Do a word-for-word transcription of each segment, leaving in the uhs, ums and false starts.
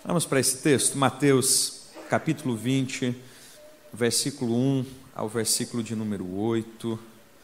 Vamos para esse texto, Mateus capítulo vinte, versículo um ao versículo de número oito.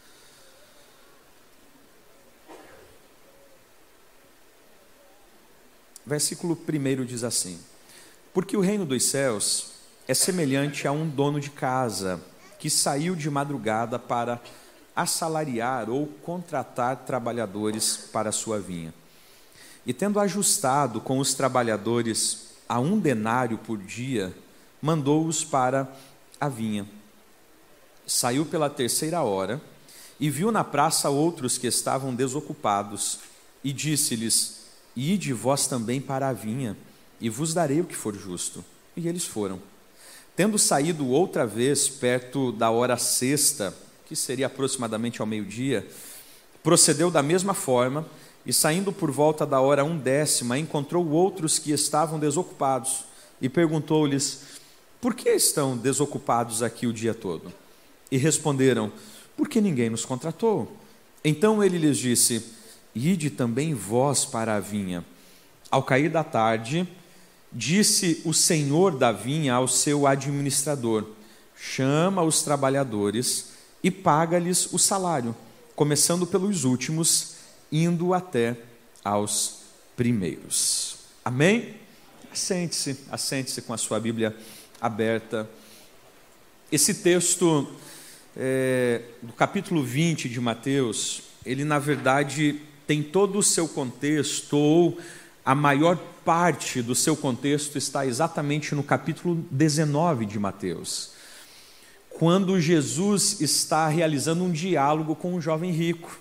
Versículo primeiro diz assim: Porque o reino dos céus é semelhante a um dono de casa que saiu de madrugada para assalariar ou contratar trabalhadores para a sua vinha. E tendo ajustado com os trabalhadores a um denário por dia, mandou-os para a vinha. Saiu pela terceira hora e viu na praça outros que estavam desocupados e disse-lhes: Ide vós também para a vinha, e vos darei o que for justo. E eles foram. Tendo saído outra vez perto da hora sexta, que seria aproximadamente ao meio-dia, procedeu da mesma forma, e saindo por volta da hora undécima, encontrou outros que estavam desocupados, e perguntou-lhes: Por que estão desocupados aqui o dia todo? E responderam: Porque ninguém nos contratou. Então ele lhes disse: Ide também vós para a vinha. Ao cair da tarde, disse o senhor da vinha ao seu administrador: Chama os trabalhadores e paga-lhes o salário, começando pelos últimos, indo até aos primeiros. Amém? Assente-se, assente-se com a sua Bíblia aberta. Esse texto é, do capítulo vinte de Mateus, ele na verdade tem todo o seu contexto, ou a maior parte do seu contexto está exatamente no capítulo dezenove de Mateus, quando Jesus está realizando um diálogo com um jovem rico.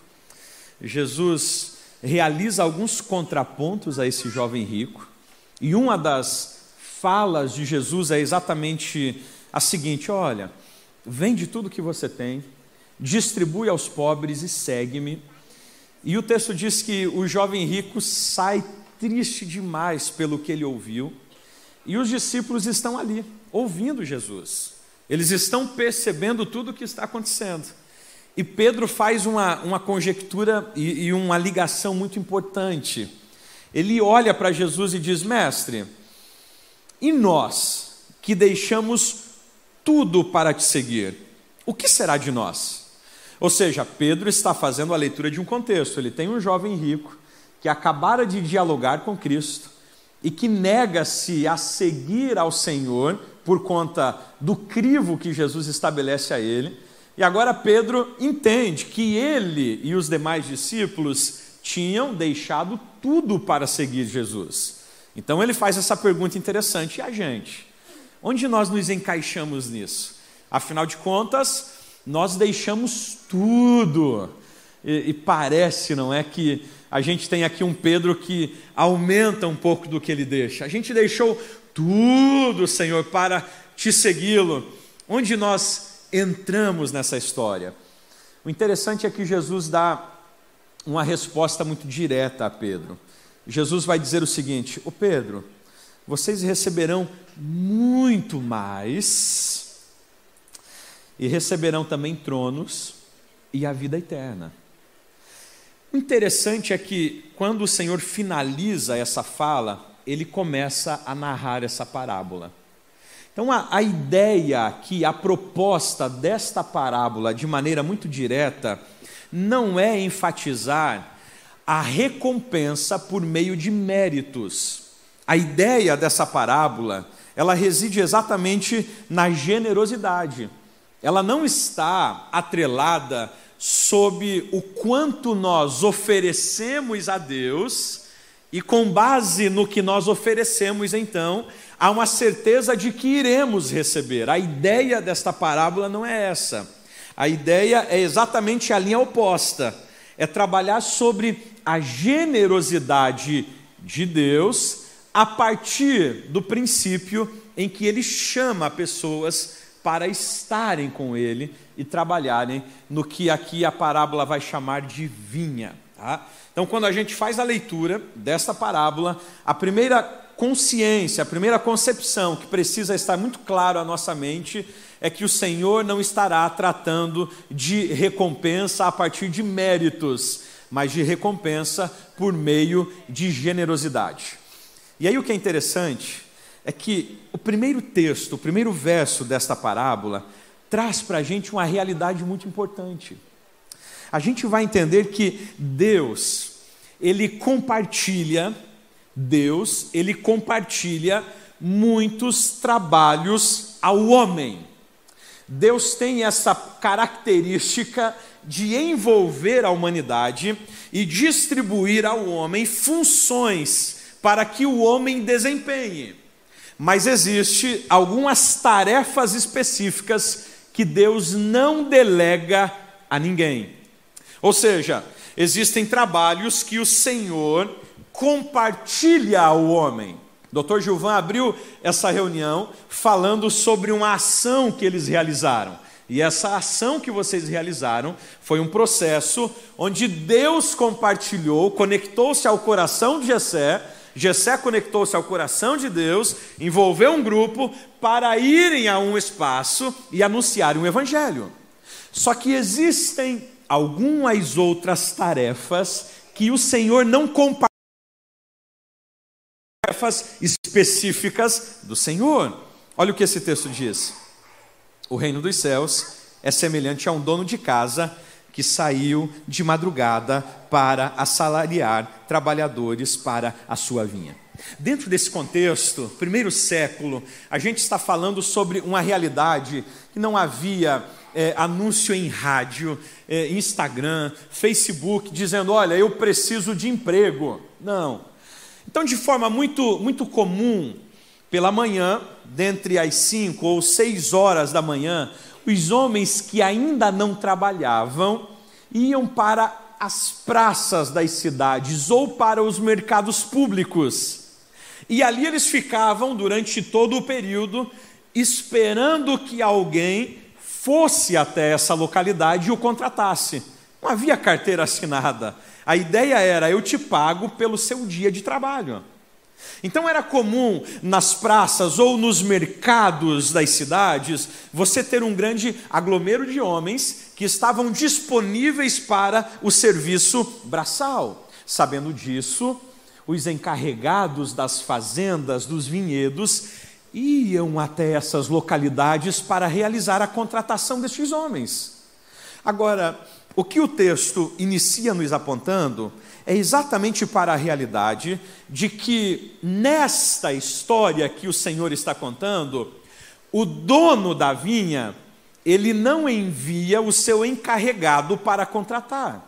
Jesus realiza alguns contrapontos a esse jovem rico, e uma das falas de Jesus é exatamente a seguinte: olha, vende tudo que você tem, distribui aos pobres e segue-me. E o texto diz que o jovem rico sai triste demais pelo que ele ouviu, e os discípulos estão ali, ouvindo Jesus. Eles estão percebendo tudo o que está acontecendo. E Pedro faz uma, uma conjectura e, e uma ligação muito importante. Ele olha para Jesus e diz: Mestre, e nós que deixamos tudo para te seguir, o que será de nós? Ou seja, Pedro está fazendo a leitura de um contexto. Ele tem um jovem rico que acabara de dialogar com Cristo e que nega-se a seguir ao Senhor por conta do crivo que Jesus estabelece a ele. E agora Pedro entende que ele e os demais discípulos tinham deixado tudo para seguir Jesus. Então ele faz essa pergunta interessante: e a gente? Onde nós nos encaixamos nisso? Afinal de contas, nós deixamos tudo. E, e parece, não é, que a gente tem aqui um Pedro que aumenta um pouco do que ele deixa. A gente deixou tudo, Senhor, para te segui-lo. Onde nós entramos nessa história? O interessante é que Jesus dá uma resposta muito direta a Pedro. Jesus vai dizer o seguinte: ô Pedro, vocês receberão muito mais, e receberão também tronos e a vida eterna. O interessante é que quando o Senhor finaliza essa fala, ele começa a narrar essa parábola. Então a, a ideia aqui, a proposta desta parábola, de maneira muito direta, não é enfatizar a recompensa por meio de méritos. A ideia dessa parábola, ela reside exatamente na generosidade. Ela não está atrelada sob o quanto nós oferecemos a Deus, e com base no que nós oferecemos, então, há uma certeza de que iremos receber. A ideia desta parábola não é essa. A ideia é exatamente a linha oposta. É trabalhar sobre a generosidade de Deus a partir do princípio em que Ele chama pessoas para estarem com Ele e trabalharem no que aqui a parábola vai chamar de vinha. Tá? Então, quando a gente faz a leitura desta parábola, a primeira consciência, a primeira concepção que precisa estar muito claro à nossa mente é que o Senhor não estará tratando de recompensa a partir de méritos, mas de recompensa por meio de generosidade. E aí o que é interessante é que o primeiro texto, o primeiro verso desta parábola, traz para a gente uma realidade muito importante. A gente vai entender que Deus, Ele compartilha, Deus, Ele compartilha muitos trabalhos ao homem. Deus tem essa característica de envolver a humanidade e distribuir ao homem funções para que o homem desempenhe. Mas existe algumas tarefas específicas que Deus não delega a ninguém. Ou seja, existem trabalhos que o Senhor compartilha ao homem. doutor Gilvan abriu essa reunião falando sobre uma ação que eles realizaram. E essa ação que vocês realizaram foi um processo onde Deus compartilhou, conectou-se ao coração de Jessé, Jessé conectou-se ao coração de Deus, envolveu um grupo para irem a um espaço e anunciarem um evangelho. Só que existem algumas outras tarefas que o Senhor não compartilha, tarefas específicas do Senhor. Olha o que esse texto diz. O reino dos céus é semelhante a um dono de casa que saiu de madrugada para assalariar trabalhadores para a sua vinha. Dentro desse contexto, primeiro século, a gente está falando sobre uma realidade que não havia é, anúncio em rádio, é, Instagram, Facebook, dizendo, olha, eu preciso de emprego. Não. Então, de forma muito, muito comum, pela manhã, dentre as cinco ou seis horas da manhã, os homens que ainda não trabalhavam iam para as praças das cidades ou para os mercados públicos. E ali eles ficavam durante todo o período esperando que alguém fosse até essa localidade e o contratasse. Não havia carteira assinada. A ideia era, eu te pago pelo seu dia de trabalho. Então era comum nas praças ou nos mercados das cidades você ter um grande aglomero de homens que estavam disponíveis para o serviço braçal. Sabendo disso, os encarregados das fazendas, dos vinhedos, iam até essas localidades para realizar a contratação destes homens. Agora, o que o texto inicia nos apontando é exatamente para a realidade de que nesta história que o Senhor está contando, o dono da vinha, ele não envia o seu encarregado para contratar.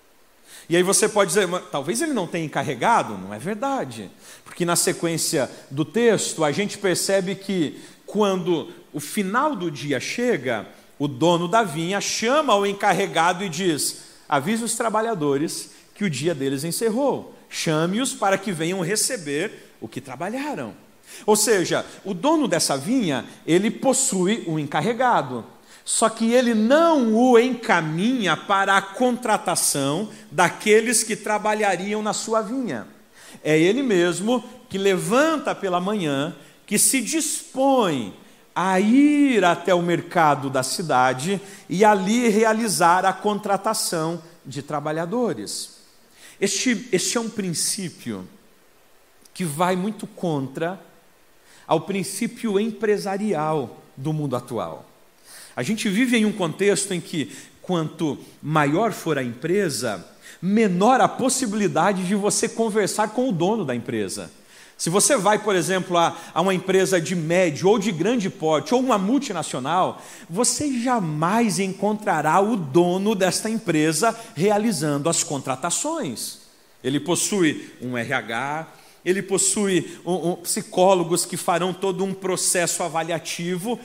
E aí você pode dizer, talvez ele não tenha encarregado, não é verdade. Porque na sequência do texto, a gente percebe que quando o final do dia chega, o dono da vinha chama o encarregado e diz, avise os trabalhadores que o dia deles encerrou, chame-os para que venham receber o que trabalharam. Ou seja, o dono dessa vinha, ele possui um encarregado, só que ele não o encaminha para a contratação daqueles que trabalhariam na sua vinha. É ele mesmo que levanta pela manhã, que se dispõe a ir até o mercado da cidade e ali realizar a contratação de trabalhadores. Este, este é um princípio que vai muito contra ao princípio empresarial do mundo atual. A gente vive em um contexto em que, quanto maior for a empresa, menor a possibilidade de você conversar com o dono da empresa. Se você vai, por exemplo, a, a uma empresa de médio ou de grande porte, ou uma multinacional, você jamais encontrará o dono desta empresa realizando as contratações. Ele possui um R H, ele possui um, um, psicólogos que farão todo um processo avaliativo,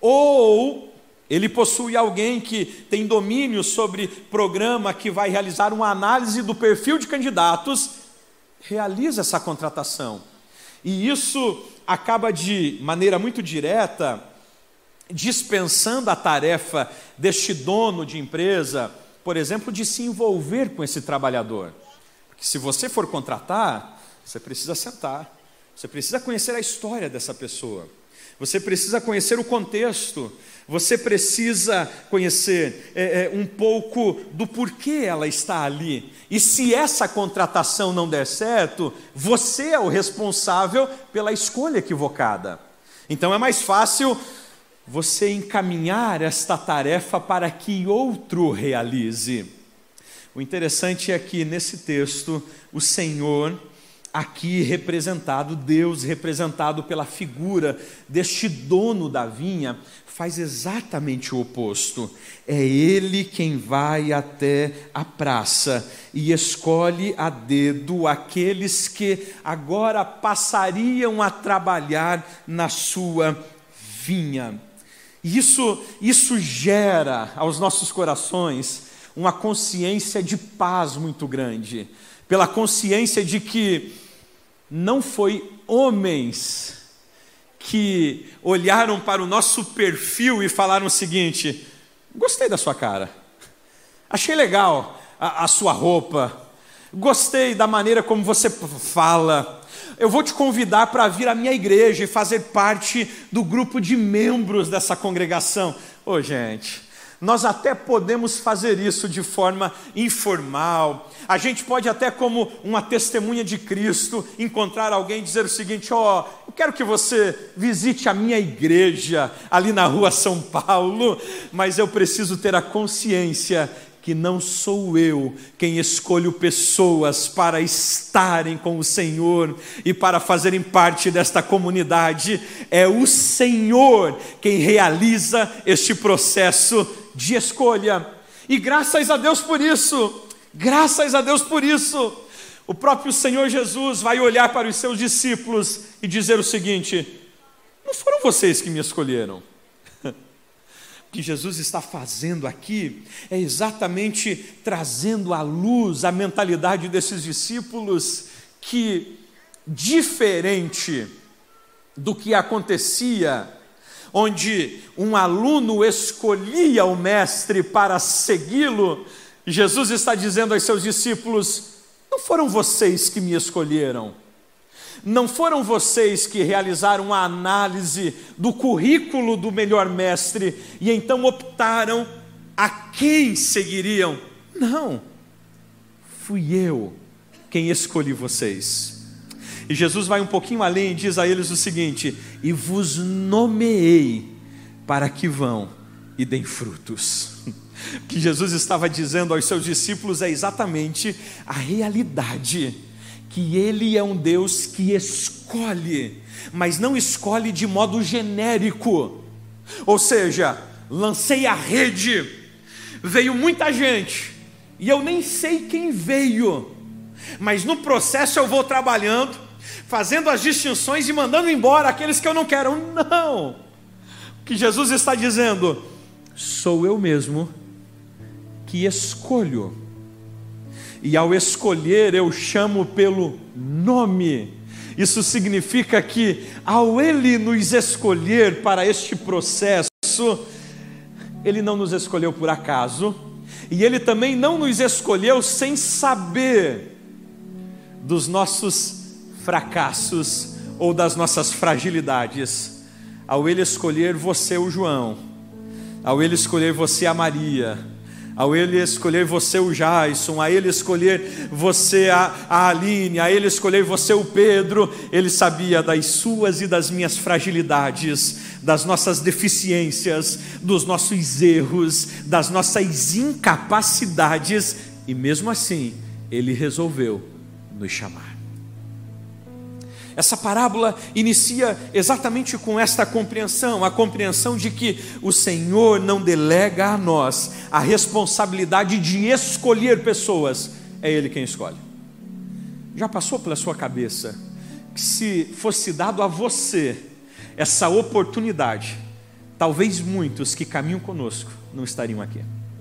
ou ele possui alguém que tem domínio sobre programa que vai realizar uma análise do perfil de candidatos, realiza essa contratação. E isso acaba de maneira muito direta dispensando a tarefa deste dono de empresa, por exemplo, de se envolver com esse trabalhador. Porque se você for contratar, você precisa sentar, Você precisa conhecer a história dessa pessoa. Você precisa conhecer o contexto. Você precisa conhecer é, é, um pouco do porquê ela está ali. E se essa contratação não der certo, você é o responsável pela escolha equivocada. Então é mais fácil você encaminhar esta tarefa para que outro realize. O interessante é que nesse texto, o Senhor, aqui representado, Deus representado pela figura deste dono da vinha, faz exatamente o oposto. É Ele quem vai até a praça e escolhe a dedo aqueles que agora passariam a trabalhar na sua vinha. Isso, isso gera aos nossos corações uma consciência de paz muito grande, pela consciência de que não foi homens que olharam para o nosso perfil e falaram o seguinte: gostei da sua cara, achei legal a, a sua roupa, gostei da maneira como você fala, eu vou te convidar para vir à minha igreja e fazer parte do grupo de membros dessa congregação. Ô gente, nós até podemos fazer isso de forma informal. A gente pode até, como uma testemunha de Cristo, encontrar alguém e dizer o seguinte: ó, oh, eu quero que você visite a minha igreja ali na rua São Paulo, mas eu preciso ter a consciência que não sou eu quem escolho pessoas para estarem com o Senhor e para fazerem parte desta comunidade. É o Senhor quem realiza este processo de escolha. E graças a Deus por isso, graças a Deus por isso, o próprio Senhor Jesus vai olhar para os seus discípulos e dizer o seguinte: não foram vocês que me escolheram. O que Jesus está fazendo aqui é exatamente trazendo à luz a mentalidade desses discípulos, que, diferente do que acontecia, onde um aluno escolhia o mestre para segui-lo, Jesus está dizendo aos seus discípulos: não foram vocês que me escolheram, não foram vocês que realizaram a análise do currículo do melhor mestre e então optaram a quem seguiriam. Não, fui eu quem escolhi vocês. E Jesus vai um pouquinho além e diz a eles o seguinte: e vos nomeei para que vão e deem frutos. O que Jesus estava dizendo aos seus discípulos é exatamente a realidade, que Ele é um Deus que escolhe, mas não escolhe de modo genérico. Ou seja, lancei a rede, veio muita gente, e eu nem sei quem veio, mas no processo eu vou trabalhando, fazendo as distinções e mandando embora aqueles que eu não quero. Não! O que Jesus está dizendo: sou eu mesmo que escolho. E ao escolher, eu chamo pelo nome. Isso significa que, ao Ele nos escolher para este processo, Ele não nos escolheu por acaso, e Ele também não nos escolheu sem saber dos nossos fracassos ou das nossas fragilidades. Ao Ele escolher você, o João, ao Ele escolher você, a Maria, ao Ele escolher você, o Jason, a Ele escolher você, a, a Aline, a Ele escolher você, o Pedro, Ele sabia das suas e das minhas fragilidades, das nossas deficiências, dos nossos erros, das nossas incapacidades, e mesmo assim, Ele resolveu nos chamar. Essa parábola inicia exatamente com esta compreensão, a compreensão de que o Senhor não delega a nós a responsabilidade de escolher pessoas, é Ele quem escolhe. Já passou pela sua cabeça que, se fosse dado a você essa oportunidade, talvez muitos que caminham conosco não estariam aqui?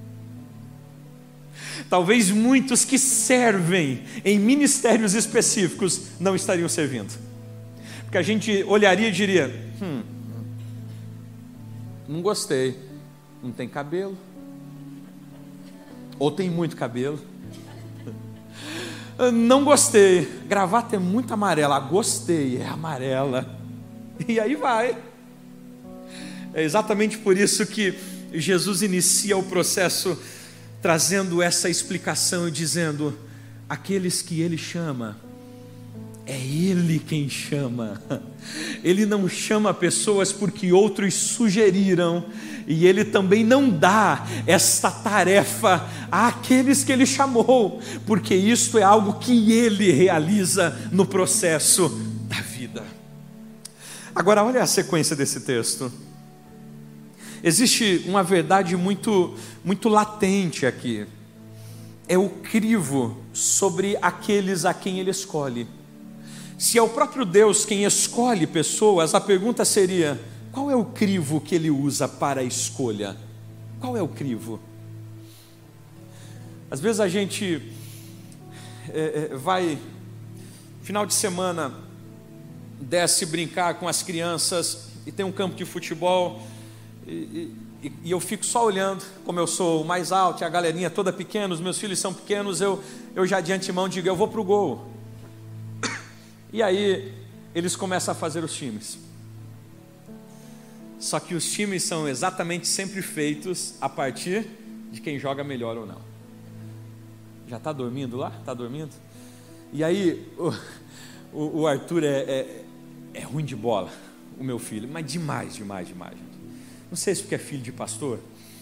Talvez muitos que servem em ministérios específicos não estariam servindo, porque a gente olharia e diria: hum, não gostei, não tem cabelo, ou tem muito cabelo, Não gostei. Gravata é muito amarela. Gostei, é amarela. E aí vai. É exatamente por isso que Jesus inicia o processo trazendo essa explicação e dizendo: aqueles que Ele chama, é Ele quem chama. Ele não chama pessoas porque outros sugeriram, e Ele também não dá esta tarefa àqueles que Ele chamou, porque isto é algo que Ele realiza no processo da vida. Agora olha a sequência desse texto. Existe uma verdade muito, muito latente aqui. É o crivo sobre aqueles a quem Ele escolhe. Se é o próprio Deus quem escolhe pessoas, a pergunta seria: qual é o crivo que Ele usa para a escolha? Qual é o crivo? Às vezes a gente é, é, vai, final de semana, desce brincar com as crianças e tem um campo de futebol e, e, e eu fico só olhando. Como eu sou o mais alto e a galerinha toda pequena, os meus filhos são pequenos, eu, eu já de antemão digo: eu vou para o gol. E aí eles começam a fazer os times. Só que os times são exatamente sempre feitos a partir de quem joga melhor ou não. Já está dormindo lá? Está dormindo? E aí o, o, o Arthur é, é, é ruim de bola, o meu filho, mas demais, demais, demais. Não sei se porque é filho de pastor.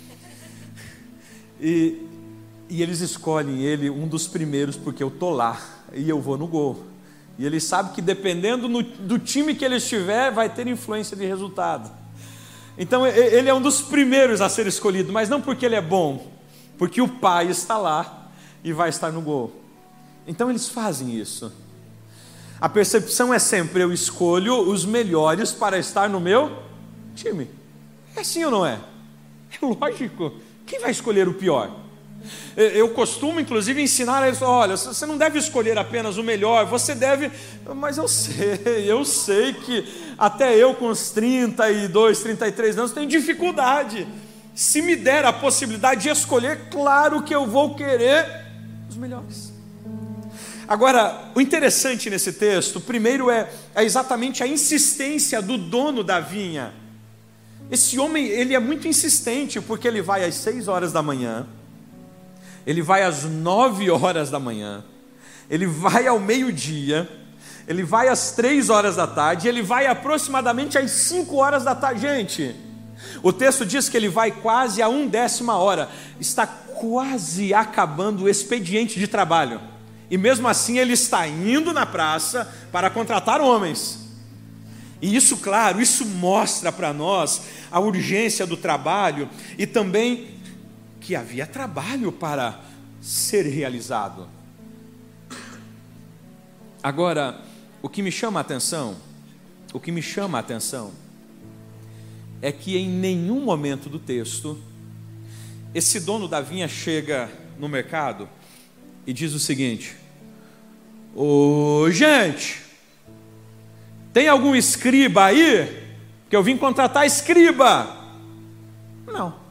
E, e eles escolhem ele um dos primeiros porque eu tô lá e eu vou no gol. E ele sabe que dependendo no, do time que ele estiver, vai ter influência de resultado. Então ele é um dos primeiros a ser escolhido, mas não porque ele é bom, porque o pai está lá e vai estar no gol. Então eles fazem isso. A percepção é sempre: eu escolho os melhores para estar no meu time. É assim ou não é? É lógico. Quem vai escolher o pior? Eu costumo inclusive ensinar a eles: olha, você não deve escolher apenas o melhor, você deve... Mas eu sei, eu sei que até eu com os trinta e dois, trinta e três anos tenho dificuldade. Se me der a possibilidade de escolher, claro que eu vou querer os melhores. Agora, o interessante nesse texto, primeiro é, é exatamente a insistência do dono da vinha. Esse homem, ele é muito insistente, porque ele vai às seis horas da manhã, ele vai às nove horas da manhã, ele vai ao meio-dia, ele vai às três horas da tarde, ele vai aproximadamente às cinco horas da tarde. Gente, o texto diz que ele vai quase a undécima hora, está quase acabando o expediente de trabalho, e mesmo assim ele está indo na praça para contratar homens. E isso, claro, isso mostra para nós a urgência do trabalho e também que havia trabalho para ser realizado. Agora, o que me chama a atenção, o que me chama a atenção é que em nenhum momento do texto esse dono da vinha chega no mercado e diz o seguinte: ô gente, tem algum escriba aí? Que eu vim contratar escriba. Não.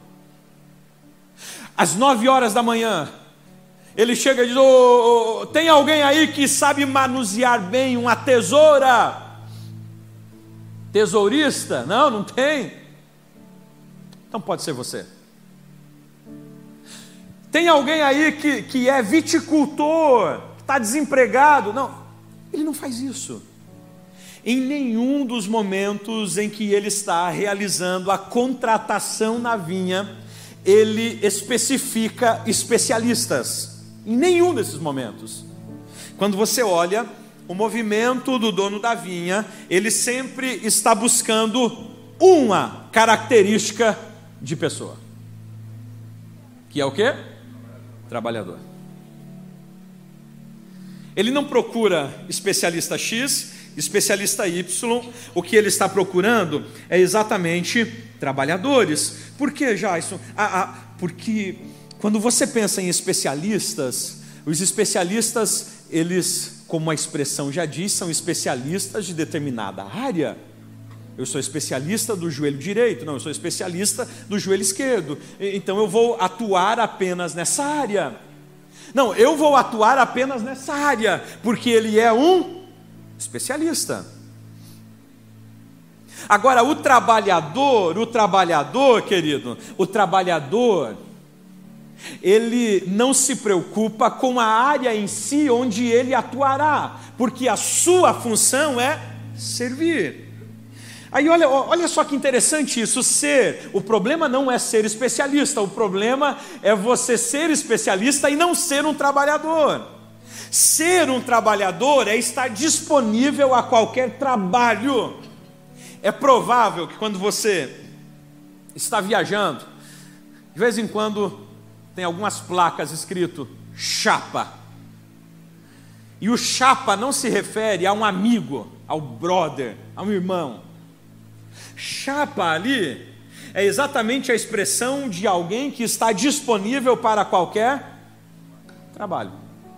Às nove horas da manhã, ele chega e diz: oh, oh, tem alguém aí que sabe manusear bem uma tesoura? Tesourista? Não, não tem. Então pode ser você. Tem alguém aí que, que é viticultor, que está desempregado? Não, ele não faz isso. Em nenhum dos momentos em que ele está realizando a contratação na vinha, ele especifica especialistas. Em nenhum desses momentos. Quando você olha o movimento do dono da vinha, ele sempre está buscando uma característica de pessoa, que é o quê? Trabalhador. Ele não procura especialista X, especialista Y. O que ele está procurando é exatamente trabalhadores. Por que, Jason? Ah, ah, porque quando você pensa em especialistas, os especialistas, eles, como a expressão já diz, são especialistas de determinada área. Eu sou especialista do joelho direito, não, eu sou especialista do joelho esquerdo, então eu vou atuar apenas nessa área. Não, eu vou atuar apenas nessa área, porque ele é um especialista. Agora, o trabalhador, o trabalhador, querido, o trabalhador, ele não se preocupa com a área em si onde ele atuará, porque a sua função é servir. Aí olha, olha só que interessante isso, ser, o problema não é ser especialista, o problema é você ser especialista e não ser um trabalhador. Ser um trabalhador é estar disponível a qualquer trabalho. É provável que quando você está viajando, de vez em quando tem algumas placas escrito chapa, e o chapa não se refere a um amigo, ao brother, a um irmão. Chapa ali é exatamente a expressão de alguém que está disponível para qualquer trabalho.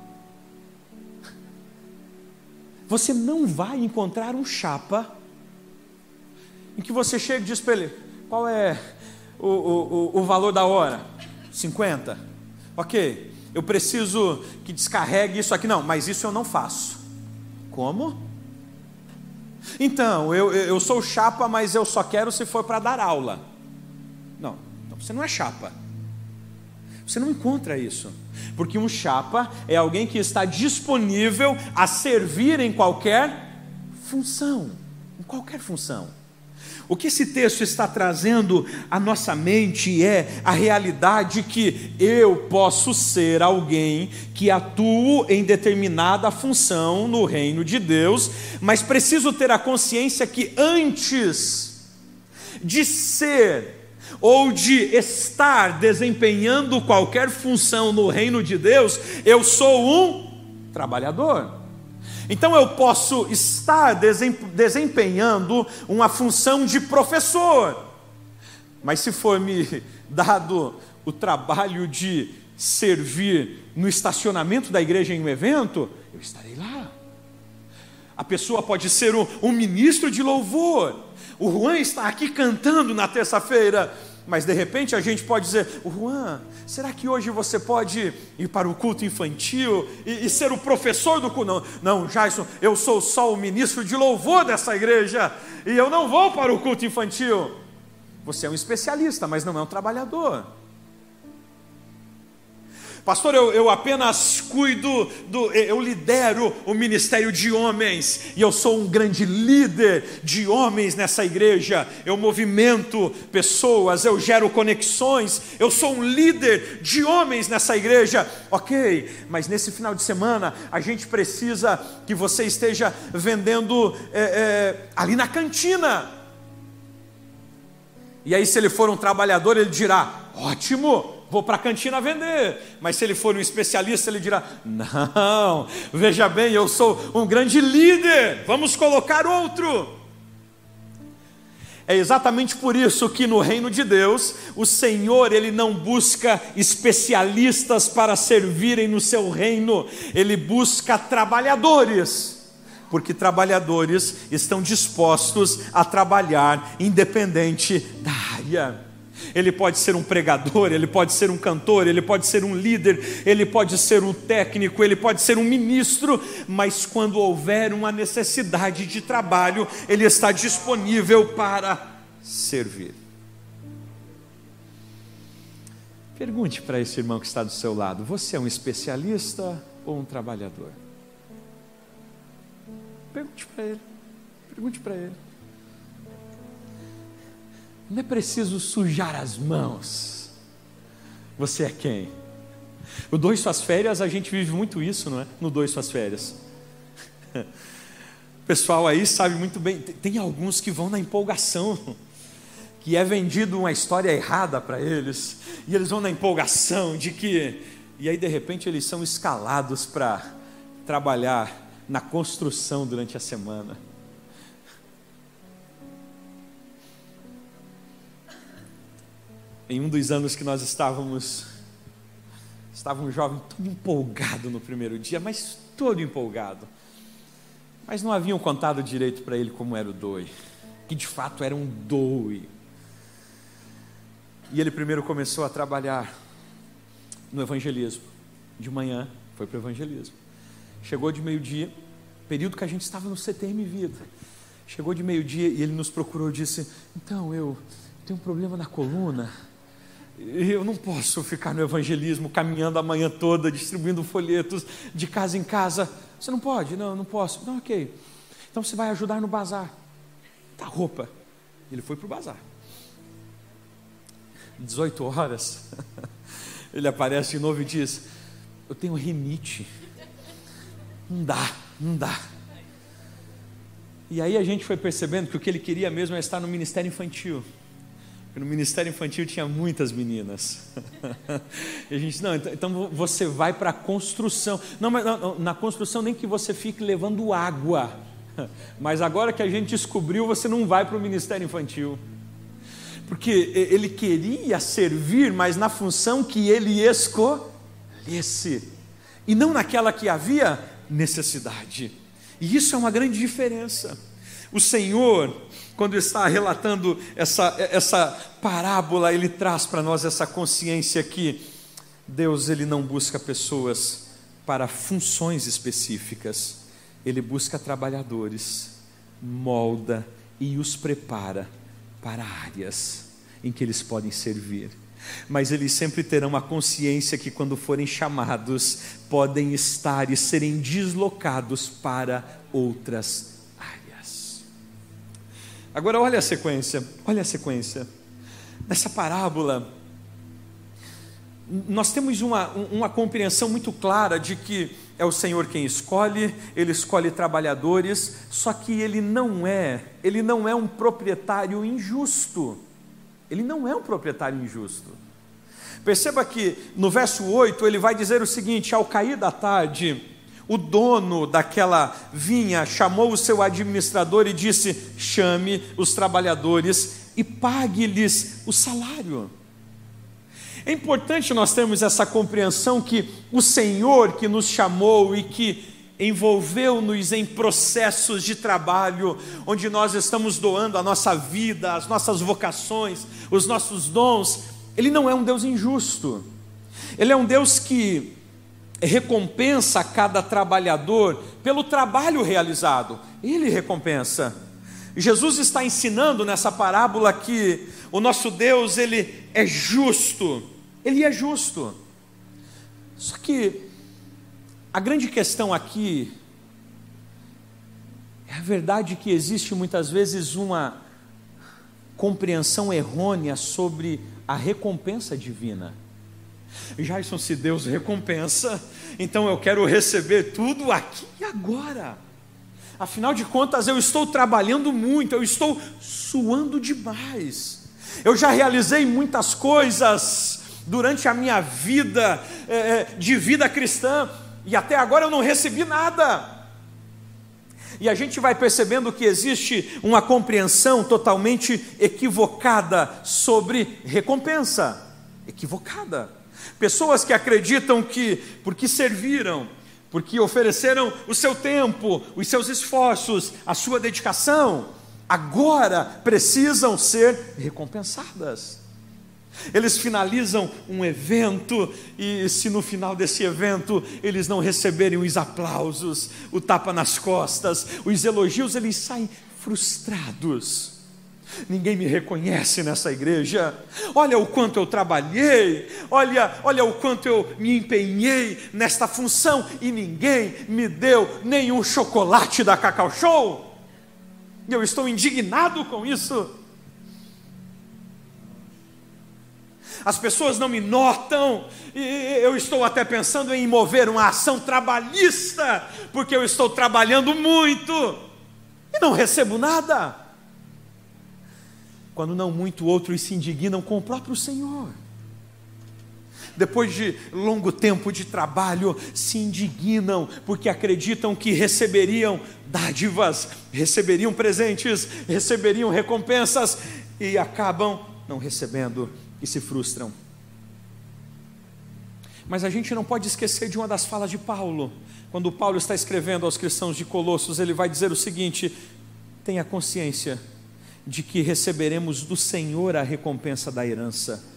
Você não vai encontrar um chapa em que você chega e diz para ele: qual é o, o, o valor da hora? cinquenta. Ok, eu preciso que descarregue isso aqui. Não, mas isso eu não faço. Como? Então, eu, eu sou chapa, mas eu só quero se for para dar aula. Não, então você não é chapa. Você não encontra isso. Porque um chapa é alguém que está disponível a servir em qualquer função. Em qualquer função. O que esse texto está trazendo à nossa mente é a realidade que eu posso ser alguém que atuo em determinada função no reino de Deus, mas preciso ter a consciência que antes de ser ou de estar desempenhando qualquer função no reino de Deus, eu sou um trabalhador. Então eu posso estar desempenhando uma função de professor, mas se for me dado o trabalho de servir no estacionamento da igreja em um evento, eu estarei lá. A pessoa pode ser um, um ministro de louvor. O Juan está aqui cantando na terça-feira, mas de repente a gente pode dizer: Juan, será que hoje você pode ir para o culto infantil e, e ser o professor do culto? Não, não, Jason, eu sou só o ministro de louvor dessa igreja e eu não vou para o culto infantil. Você é um especialista, mas não é um trabalhador. Pastor, eu, eu apenas cuido, do, eu lidero o ministério de homens, e eu sou um grande líder de homens nessa igreja, eu movimento pessoas, eu gero conexões, eu sou um líder de homens nessa igreja. Ok, mas nesse final de semana, a gente precisa que você esteja vendendo é, é, ali na cantina. E aí, se ele for um trabalhador, ele dirá: ótimo, vou para a cantina vender. Mas se ele for um especialista, ele dirá: não, veja bem, eu sou um grande líder, vamos colocar outro. É exatamente por isso que no reino de Deus, o Senhor, Ele não busca especialistas para servirem no seu reino, Ele busca trabalhadores, porque trabalhadores estão dispostos a trabalhar independente da área. Ele pode ser um pregador, ele pode ser um cantor, ele pode ser um líder, ele pode ser um técnico, ele pode ser um ministro, mas quando houver uma necessidade de trabalho, ele está disponível para servir. Pergunte para esse irmão que está do seu lado: você é um especialista ou um trabalhador? Pergunte para ele, pergunte para ele. Não é preciso sujar as mãos. Você é quem? O Doe Suas Férias, a gente vive muito isso, não é? No Doe Suas Férias. O pessoal aí sabe muito bem. Tem alguns que vão na empolgação, que é vendido uma história errada para eles, e eles vão na empolgação de que... E aí de repente eles são escalados para trabalhar na construção durante a semana. Em um dos anos que nós estávamos, estava um jovem todo empolgado no primeiro dia, mas todo empolgado. Mas não haviam contado direito para ele como era o Doe, que de fato era um Doe. E ele primeiro começou a trabalhar no evangelismo, De manhã foi para o evangelismo. Chegou de meio-dia, período que a gente estava no C T M Vida. Chegou de meio-dia e ele nos procurou e disse: então, eu tenho um problema na coluna, eu não posso ficar no evangelismo caminhando a manhã toda, distribuindo folhetos de casa em casa. Você não pode? Não, não posso. Não, ok. Então você vai ajudar no bazar. Tá roupa. Ele foi para o bazar. dezoito horas, ele aparece de novo e diz: eu tenho rinite. Não dá, não dá. E aí a gente foi percebendo que o que ele queria mesmo era estar no ministério infantil. Porque no ministério infantil tinha muitas meninas. E a gente disse: não, então, então você vai para a construção. Não, mas não, na construção nem que você fique levando água. Mas agora que a gente descobriu, você não vai para o ministério infantil. Porque ele queria servir, mas na função que ele escolhesse. E não naquela que havia necessidade. E isso é uma grande diferença. O Senhor, quando está relatando essa, essa parábola, ele traz para nós essa consciência que Deus, ele não busca pessoas para funções específicas. Ele busca trabalhadores, molda e os prepara para áreas em que eles podem servir. Mas eles sempre terão a consciência que quando forem chamados, podem estar e serem deslocados para outras áreas. Agora olha a sequência, olha a sequência. Nessa parábola, nós temos uma, uma compreensão muito clara de que é o Senhor quem escolhe, Ele escolhe trabalhadores, só que Ele não é, Ele não é um proprietário injusto. Ele não é um proprietário injusto. Perceba que no verso oito ele vai dizer o seguinte: ao cair da tarde, o dono daquela vinha chamou o seu administrador e disse: chame os trabalhadores e pague-lhes o salário. É importante nós termos essa compreensão que o Senhor que nos chamou e que envolveu-nos em processos de trabalho, onde nós estamos doando a nossa vida, as nossas vocações, os nossos dons, Ele não é um Deus injusto. Ele é um Deus que recompensa cada trabalhador pelo trabalho realizado. Ele recompensa. Jesus está ensinando nessa parábola que o nosso Deus, Ele é justo. Ele é justo. Só que a grande questão aqui é a verdade que existe muitas vezes uma compreensão errônea sobre a recompensa divina. Jason, se Deus recompensa, então eu quero receber tudo aqui e agora. Afinal de contas, eu estou trabalhando muito, eu estou suando demais. Eu já realizei muitas coisas durante a minha vida, é, de vida cristã, e até agora eu não recebi nada. E a gente vai percebendo que existe uma compreensão totalmente equivocada sobre recompensa. Equivocada. Pessoas que acreditam que porque serviram, porque ofereceram o seu tempo, os seus esforços, a sua dedicação, agora precisam ser recompensadas. Eles finalizam um evento e se no final desse evento eles não receberem os aplausos, o tapa nas costas, os elogios, eles saem frustrados. Ninguém me reconhece nessa igreja. Olha o quanto eu trabalhei, olha, olha o quanto eu me empenhei nesta função e ninguém me deu nenhum chocolate da Cacau Show. E eu estou indignado com isso. As pessoas não me notam, e eu estou até pensando em mover uma ação trabalhista, porque eu estou trabalhando muito e não recebo nada. Quando não muito, outros se indignam com o próprio Senhor. Depois de longo tempo de trabalho, se indignam porque acreditam que receberiam dádivas, receberiam presentes, receberiam recompensas e acabam não recebendo e se frustram. Mas a gente não pode esquecer de uma das falas de Paulo. Quando Paulo está escrevendo aos cristãos de Colossos, ele vai dizer o seguinte: tenha consciência de que receberemos do Senhor a recompensa da herança.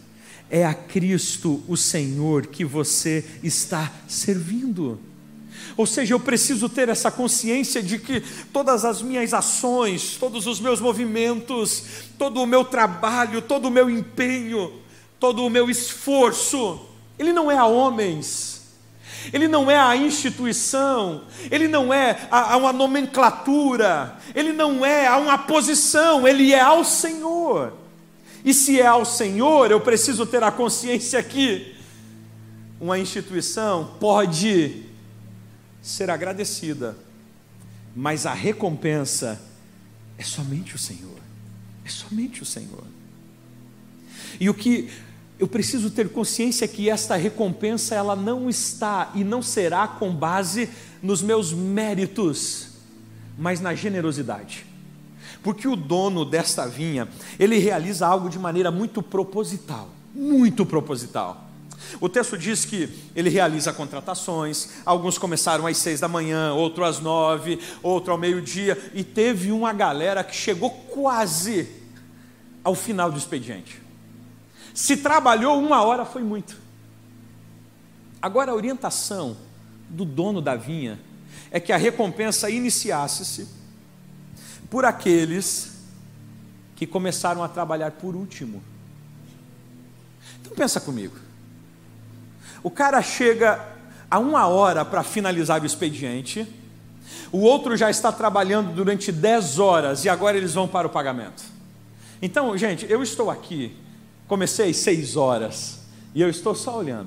é a Cristo, o Senhor, que você está servindo. Ou seja, eu preciso ter essa consciência de que todas as minhas ações, todos os meus movimentos, todo o meu trabalho, todo o meu empenho, todo o meu esforço, ele não é a homens, ele não é a instituição, ele não é a, a uma nomenclatura, ele não é a uma posição, ele é ao Senhor. E se é ao Senhor, eu preciso ter a consciência que uma instituição pode ser agradecida, mas a recompensa é somente o Senhor, é somente o Senhor. E o que eu preciso ter consciência é que esta recompensa, ela não está e não será com base nos meus méritos, mas na generosidade. Porque o dono desta vinha, ele realiza algo de maneira muito proposital, muito proposital. O texto diz que ele realiza contratações, alguns começaram às seis da manhã, outro às nove, outro ao meio-dia, e teve uma galera que chegou quase ao final do expediente. Se trabalhou uma hora, foi muito. Agora a orientação do dono da vinha é que a recompensa iniciasse-se por aqueles que começaram a trabalhar por último. Então pensa comigo. O cara chega a uma hora para finalizar o expediente, o outro já está trabalhando durante dez horas e agora eles vão para o pagamento. Então, gente, eu estou aqui, comecei às seis horas e eu estou só olhando.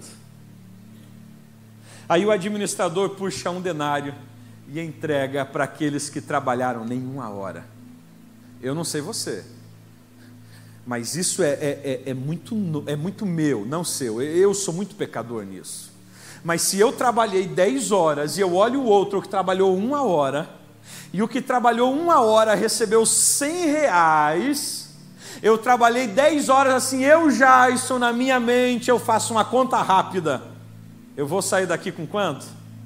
Aí o administrador puxa um denário e entrega para aqueles que trabalharam nenhuma hora. Eu não sei você, mas isso é, é, é, é, muito, é muito meu, não seu. Eu sou muito pecador nisso. Mas se eu trabalhei dez horas e eu olho o outro que trabalhou uma hora, e o que trabalhou uma hora recebeu cem reais, eu trabalhei dez horas assim, eu já, isso na minha mente, eu faço uma conta rápida. Eu vou sair daqui com quanto?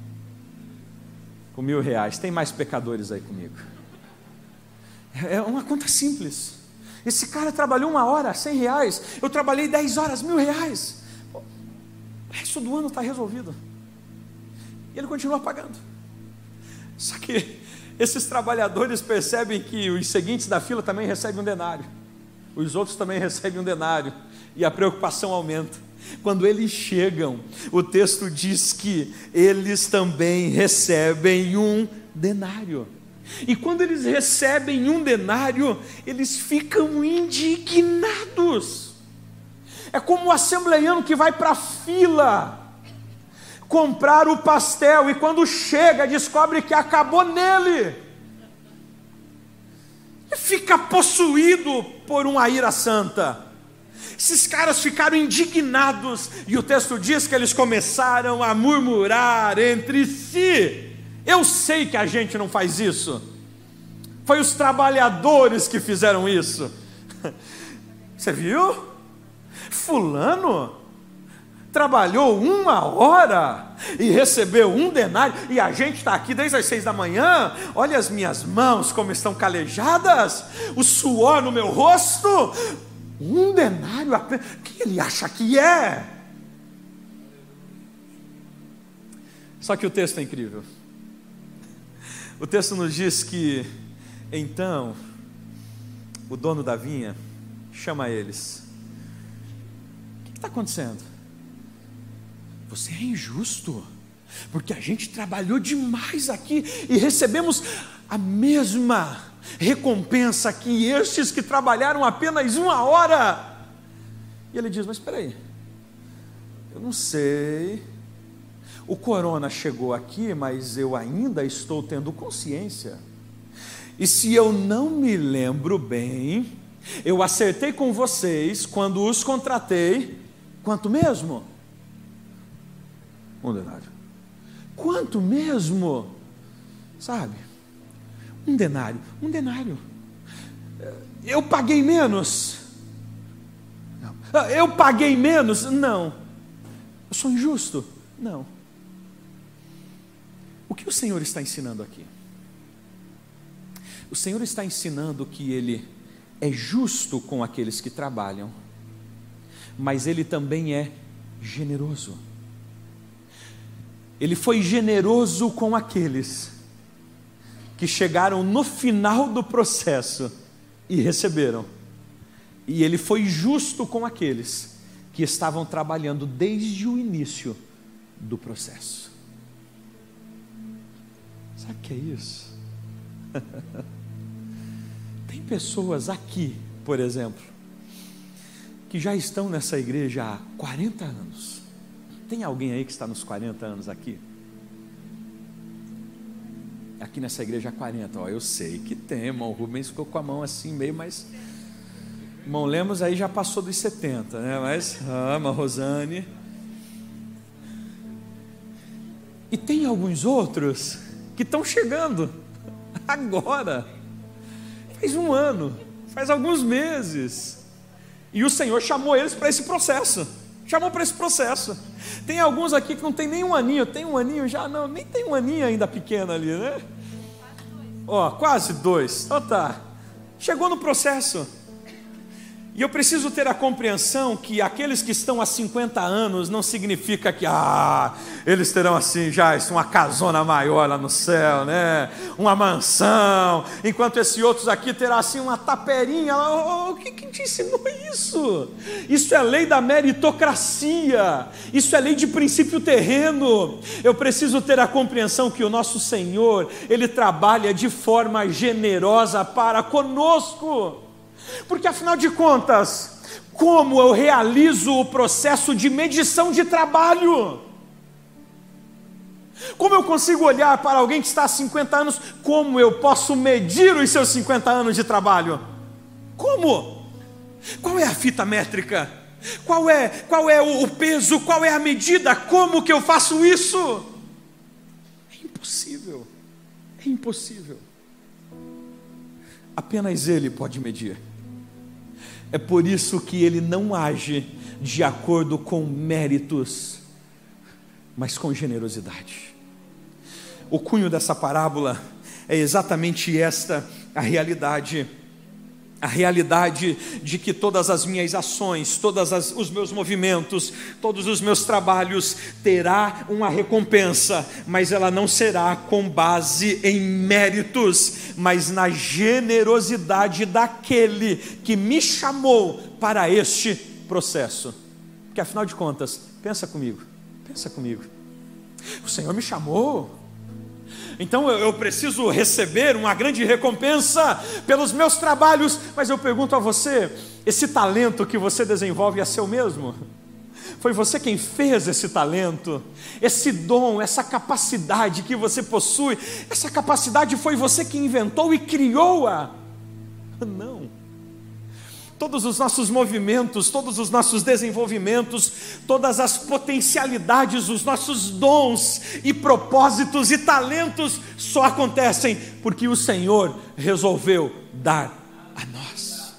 Com mil reais. Tem mais pecadores aí comigo. É uma conta simples. Esse cara trabalhou uma hora, cem reais. Eu trabalhei dez horas, mil reais. O resto do ano está resolvido. E ele continua pagando. Só que esses trabalhadores percebem que os seguintes da fila também recebem um denário. Os outros também recebem um denário. E a preocupação aumenta. Quando eles chegam, o texto diz que eles também recebem um denário. E quando eles recebem um denário, eles ficam indignados. É como o assembleiano que vai para a fila comprar o pastel e quando chega descobre que acabou nele. E fica possuído por uma ira santa. Esses caras ficaram indignados e o texto diz que eles começaram a murmurar entre si. Eu sei que a gente não faz isso. Foi os trabalhadores que fizeram isso. Você viu? Fulano trabalhou uma hora e recebeu um denário, e a gente está aqui desde as seis da manhã. Olha as minhas mãos como estão calejadas, o suor no meu rosto. Um denário apenas. O que ele acha que é? Só que o texto é incrível. O texto nos diz que então o dono da vinha chama eles. O que está acontecendo? Você é injusto, porque a gente trabalhou demais aqui e recebemos a mesma recompensa que estes que trabalharam apenas uma hora. E ele diz: mas espera aí, eu não sei, o corona chegou aqui, mas eu ainda estou tendo consciência, e se eu não me lembro bem, eu acertei com vocês quando os contratei, quanto mesmo? Um denário. Quanto mesmo? Sabe? Um denário, um denário. Eu paguei menos? Não. Eu paguei menos? Não. Eu sou injusto? Não. O que o Senhor está ensinando aqui? O Senhor está ensinando que Ele é justo com aqueles que trabalham, mas Ele também é generoso. Ele foi generoso com aqueles que chegaram no final do processo e receberam. E Ele foi justo com aqueles que estavam trabalhando desde o início do processo. Sabe o que é isso? Tem pessoas aqui, por exemplo, que já estão nessa igreja há quarenta anos. Tem alguém aí que está nos quarenta anos aqui? Aqui nessa igreja há quarenta, ó, eu sei que tem, irmão Rubens ficou com a mão assim meio, mas irmão Lemos aí já passou dos setenta, né? Mas, ah, irmã Rosane. E tem alguns outros que estão chegando agora, faz um ano, faz alguns meses, e o Senhor chamou eles para esse processo, chamou para esse processo. Tem alguns aqui que não tem nem um aninho, tem um aninho já, não, nem tem um aninho ainda pequeno ali, né? Ó, quase dois, então tá, chegou no processo. E eu preciso ter a compreensão que aqueles que estão há cinquenta anos não significa que ah, eles terão assim já isso, uma casona maior lá no céu, né? Uma mansão, enquanto esse outros aqui terá assim uma taperinha. Oh, quem que te ensinou isso? Isso é lei da meritocracia, isso é lei de princípio terreno. Eu preciso ter a compreensão que o nosso Senhor, Ele trabalha de forma generosa para conosco. Porque afinal de contas, como eu realizo o processo de medição de trabalho? Como eu consigo olhar para alguém que está há cinquenta anos, como eu posso medir os seus cinquenta anos de trabalho? Como? Qual é a fita métrica? Qual é, qual é o peso? Qual é a medida? Como que eu faço isso? É impossível, é impossível. Apenas Ele pode medir. É por isso que Ele não age de acordo com méritos, mas com generosidade. O cunho dessa parábola é exatamente esta a realidade. A realidade de que todas as minhas ações, todos os meus movimentos, todos os meus trabalhos terá uma recompensa, mas ela não será com base em méritos, mas na generosidade daquele que me chamou para este processo. Porque afinal de contas, pensa comigo, pensa comigo, o Senhor me chamou, então eu preciso receber uma grande recompensa pelos meus trabalhos. Mas eu pergunto a você, esse talento que você desenvolve é seu mesmo? Foi você quem fez esse talento? Esse dom, essa capacidade que você possui, essa capacidade foi você que inventou e criou-a? Não. Todos os nossos movimentos, todos os nossos desenvolvimentos, todas as potencialidades, os nossos dons e propósitos e talentos só acontecem porque o Senhor resolveu dar a nós.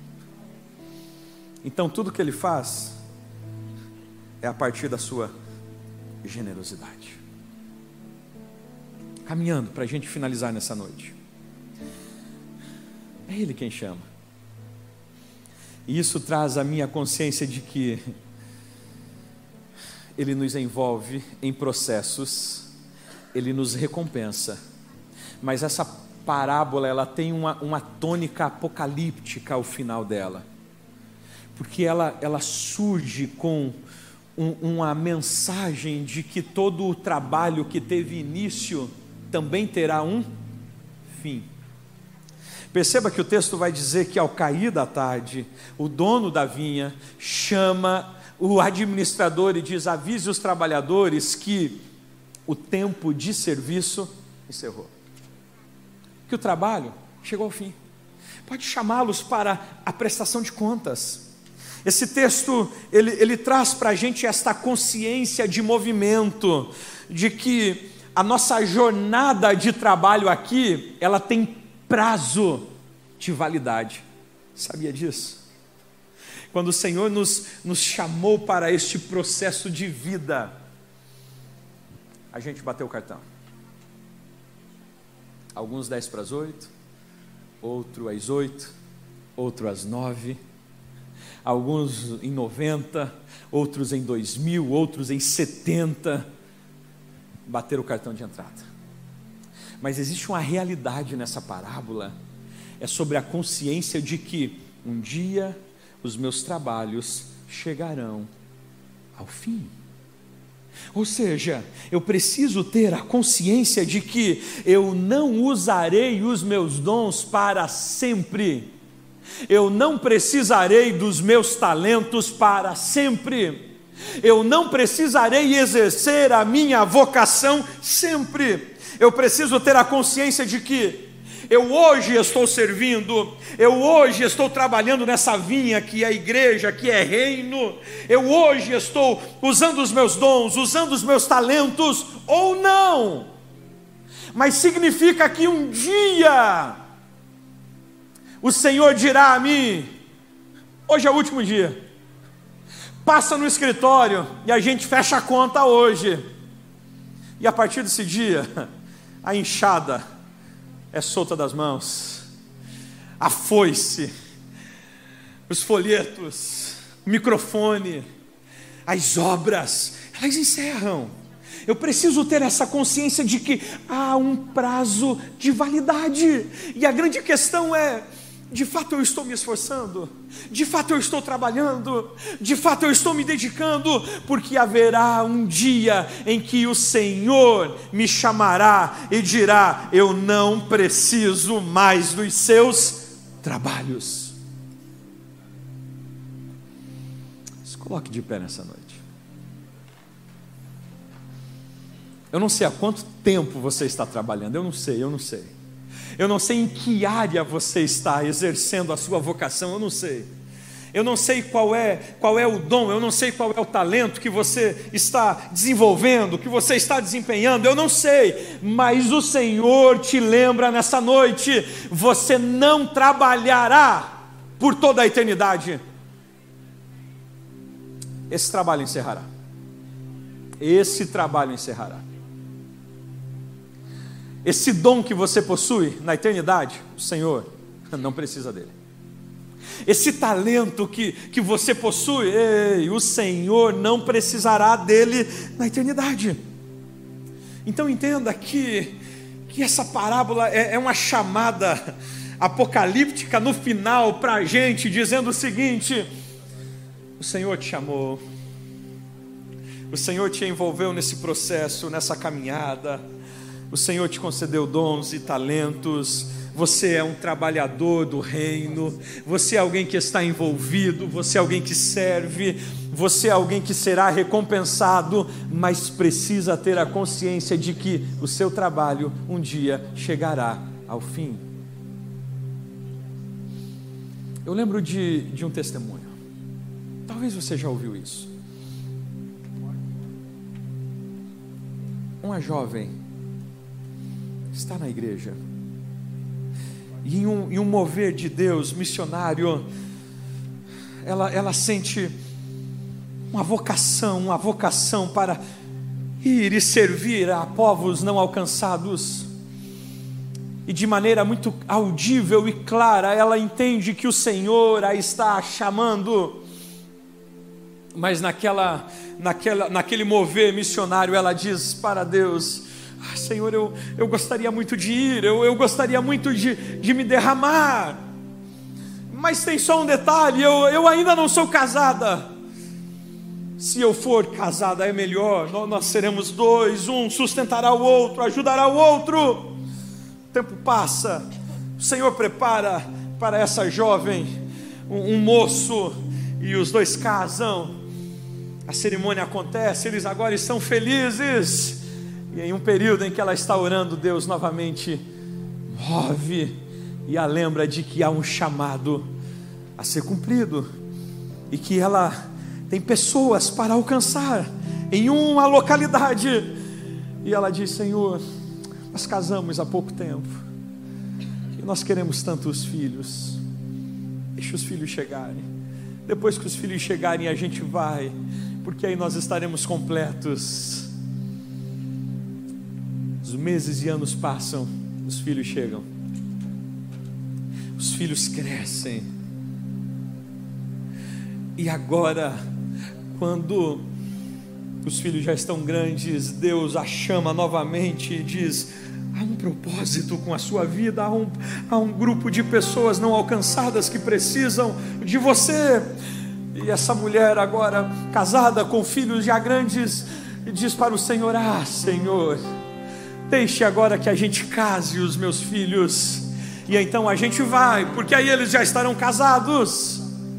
Então tudo que Ele faz é a partir da sua generosidade. Caminhando para a gente finalizar nessa noite, é Ele quem chama. E isso traz a minha consciência de que Ele nos envolve em processos, Ele nos recompensa. Mas essa parábola, ela tem uma, uma tônica apocalíptica ao final dela. Porque ela, ela surge com um, uma mensagem de que todo o trabalho que teve início também terá um fim. Perceba que o texto vai dizer que ao cair da tarde, o dono da vinha chama o administrador e diz: avise os trabalhadores que o tempo de serviço encerrou, que o trabalho chegou ao fim. Pode chamá-los para a prestação de contas. Esse texto, ele, ele traz para a gente esta consciência de movimento, de que a nossa jornada de trabalho aqui, ela tem prazo de validade. Sabia disso? Quando o Senhor nos, nos chamou para este processo de vida, a gente bateu o cartão. Alguns dez para as oito, outro às oito, outro às nove. alguns em noventa, outros em dois mil, outros em setenta, bateram o cartão de entrada. Mas existe uma realidade nessa parábola, é sobre a consciência de que um dia os meus trabalhos chegarão ao fim. Ou seja, eu preciso ter a consciência de que eu não usarei os meus dons para sempre, eu não precisarei dos meus talentos para sempre, eu não precisarei exercer a minha vocação sempre. Eu preciso ter a consciência de que eu hoje estou servindo, eu hoje estou trabalhando nessa vinha que é a igreja, que é reino, eu hoje estou usando os meus dons, usando os meus talentos, ou não, mas significa que um dia o Senhor dirá a mim: hoje é o último dia, passa no escritório e a gente fecha a conta hoje, e a partir desse dia a enxada é solta das mãos, a foice, os folhetos, o microfone, as obras, elas encerram. Eu preciso ter essa consciência de que há um prazo de validade, e a grande questão é: de fato eu estou me esforçando, de fato eu estou trabalhando, de fato eu estou me dedicando, porque haverá um dia em que o Senhor me chamará e dirá: eu não preciso mais dos seus trabalhos. Se coloque de pé nessa noite. Eu não sei há quanto tempo você está trabalhando, eu não sei, eu não sei. Eu não sei em que área você está exercendo a sua vocação, eu não sei. Eu não sei qual é, qual é o dom, eu não sei qual é o talento que você está desenvolvendo, que você está desempenhando, eu não sei. Mas o Senhor te lembra nessa noite: você não trabalhará por toda a eternidade. Esse trabalho encerrará. Esse trabalho encerrará. Esse dom que você possui na eternidade, o Senhor não precisa dele. Esse talento que, que você possui, ei, o Senhor não precisará dele na eternidade. Então entenda que, que essa parábola é, é uma chamada apocalíptica no final para a gente, dizendo o seguinte: o Senhor te chamou, o Senhor te envolveu nesse processo, nessa caminhada, o Senhor te concedeu dons e talentos, você é um trabalhador do reino, você é alguém que está envolvido, você é alguém que serve, você é alguém que será recompensado, mas precisa ter a consciência de que o seu trabalho um dia chegará ao fim. Eu lembro de, de um testemunho, talvez você já ouviu isso. Uma jovem está na igreja, e em um, em um mover de Deus missionário, ela, ela sente uma vocação, uma vocação para ir e servir a povos não alcançados, e de maneira muito audível e clara, ela entende que o Senhor a está chamando, mas naquela, naquela, naquele mover missionário, ela diz para Deus: ah, Senhor, eu, eu gostaria muito de ir, eu, eu gostaria muito de, de me derramar, mas tem só um detalhe, eu, eu ainda não sou casada. Se eu for casada é melhor, nós, nós seremos dois, um sustentará o outro, ajudará o outro. O tempo passa, o Senhor prepara para essa jovem um, um moço, e os dois casam, a cerimônia acontece, eles agora estão felizes. E em um período em que ela está orando, Deus novamente move e a lembra de que há um chamado a ser cumprido, e que ela tem pessoas para alcançar em uma localidade. E ela diz: Senhor, nós casamos há pouco tempo e nós queremos tantos filhos, deixa os filhos chegarem, depois que os filhos chegarem a gente vai, porque aí nós estaremos completos. Os meses e anos passam, os filhos chegam, os filhos crescem, E agora, quando os filhos já estão grandes, Deus a chama novamente e diz: há um propósito com a sua vida, há um, há um grupo de pessoas não alcançadas que precisam de você. E essa mulher agora casada com filhos já grandes diz para o Senhor: ah, Senhor, deixe agora que a gente case os meus filhos, e então a gente vai, porque aí eles já estarão casados.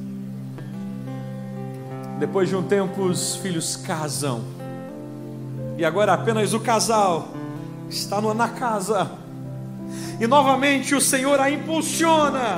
Depois de um tempo os filhos casam, e agora apenas o casal está na casa, e novamente o Senhor a impulsiona.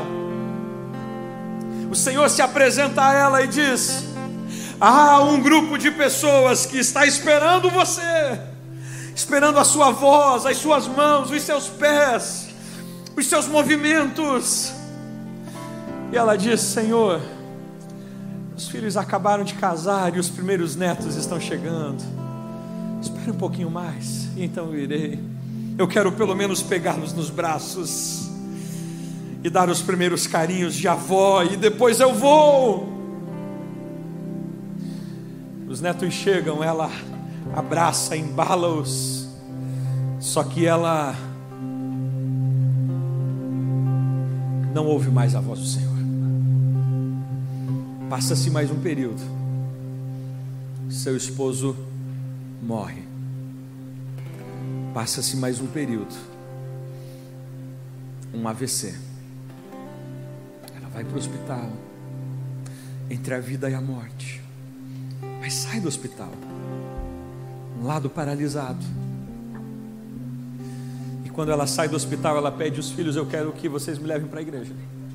O Senhor se apresenta a ela e diz: há um grupo de pessoas que está esperando você, esperando a sua voz, as suas mãos, os seus pés, os seus movimentos. E ela diz: Senhor, os filhos acabaram de casar e os primeiros netos estão chegando. Espere um pouquinho mais, e então eu irei. Eu quero pelo menos pegá-los nos braços e dar os primeiros carinhos de avó, e depois eu vou. Os netos chegam, ela abraça, embala-os, só que ela não ouve mais a voz do Senhor. Passa-se mais um período, seu esposo morre. Passa-se mais um período, um A V C. Ela vai para o hospital, entre a vida e a morte, mas sai do hospital, um lado paralisado. E quando ela sai do hospital, ela pede os filhos: eu quero que vocês me levem para a igreja.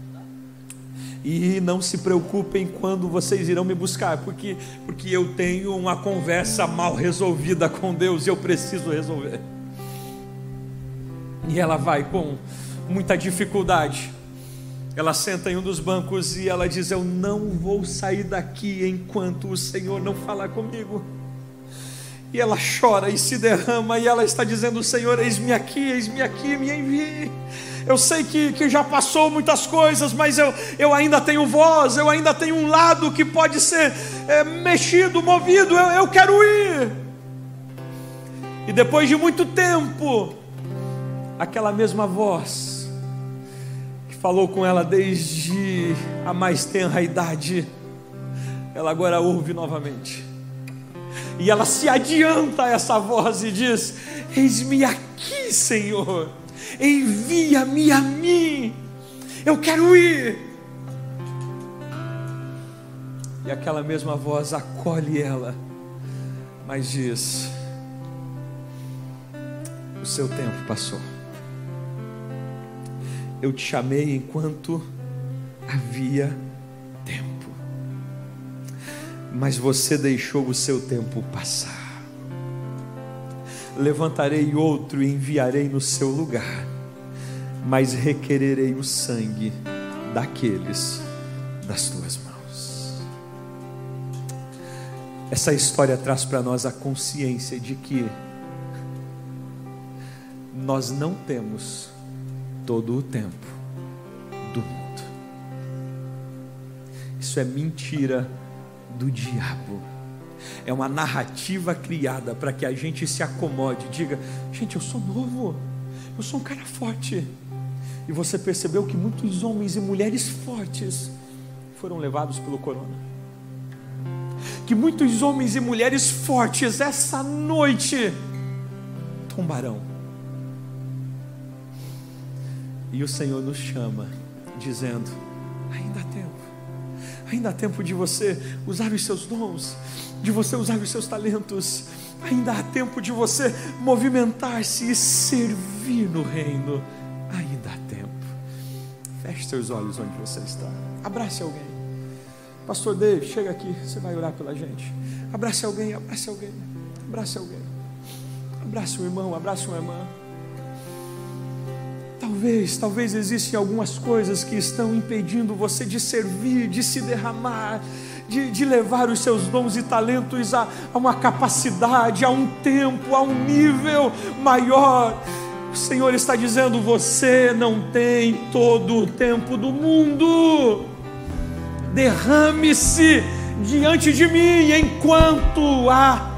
E não se preocupem quando vocês irão me buscar, porque, porque eu tenho uma conversa mal resolvida com Deus e eu preciso resolver. E ela vai com muita dificuldade. Ela senta em um dos bancos e ela diz: eu não vou sair daqui enquanto o Senhor não falar comigo. E ela chora e se derrama, e ela está dizendo: Senhor, eis-me aqui, eis-me aqui, me envie. Eu sei que, que já passou muitas coisas, mas eu, eu ainda tenho voz, eu ainda tenho um lado que pode ser é, mexido, movido, eu, eu quero ir. E depois de muito tempo, aquela mesma voz que falou com ela desde a mais tenra idade, ela agora ouve novamente. E ela se adianta a essa voz e diz: eis-me aqui, Senhor, envia-me a mim, eu quero ir. E aquela mesma voz acolhe ela, mas diz: o seu tempo passou. Eu te chamei enquanto havia tempo, mas você deixou o seu tempo passar. Levantarei outro e enviarei no seu lugar, mas requererei o sangue daqueles das tuas mãos. Essa história traz para nós a consciência de que nós não temos todo o tempo do mundo. Isso é mentira do diabo. É uma narrativa criada para que a gente se acomode, diga: gente, eu sou novo, eu sou um cara forte. E você percebeu que muitos homens e mulheres fortes foram levados pelo corona. Que muitos homens e mulheres fortes essa noite tombarão. E o Senhor nos chama, dizendo: ainda há tempo. Ainda há tempo de você usar os seus dons, de você usar os seus talentos. Ainda há tempo de você movimentar-se e servir no reino. Ainda há tempo. Feche seus olhos onde você está. Abrace alguém. Pastor Dave, chega aqui, você vai orar pela gente. Abrace alguém, abrace alguém, abrace alguém. Abrace um irmão, abrace uma irmã. Talvez, talvez existem algumas coisas que estão impedindo você de servir, de se derramar, de, de levar os seus dons e talentos a, a uma capacidade, a um tempo, a um nível maior. O Senhor está dizendo: você não tem todo o tempo do mundo. derrame-se diante de mim enquanto há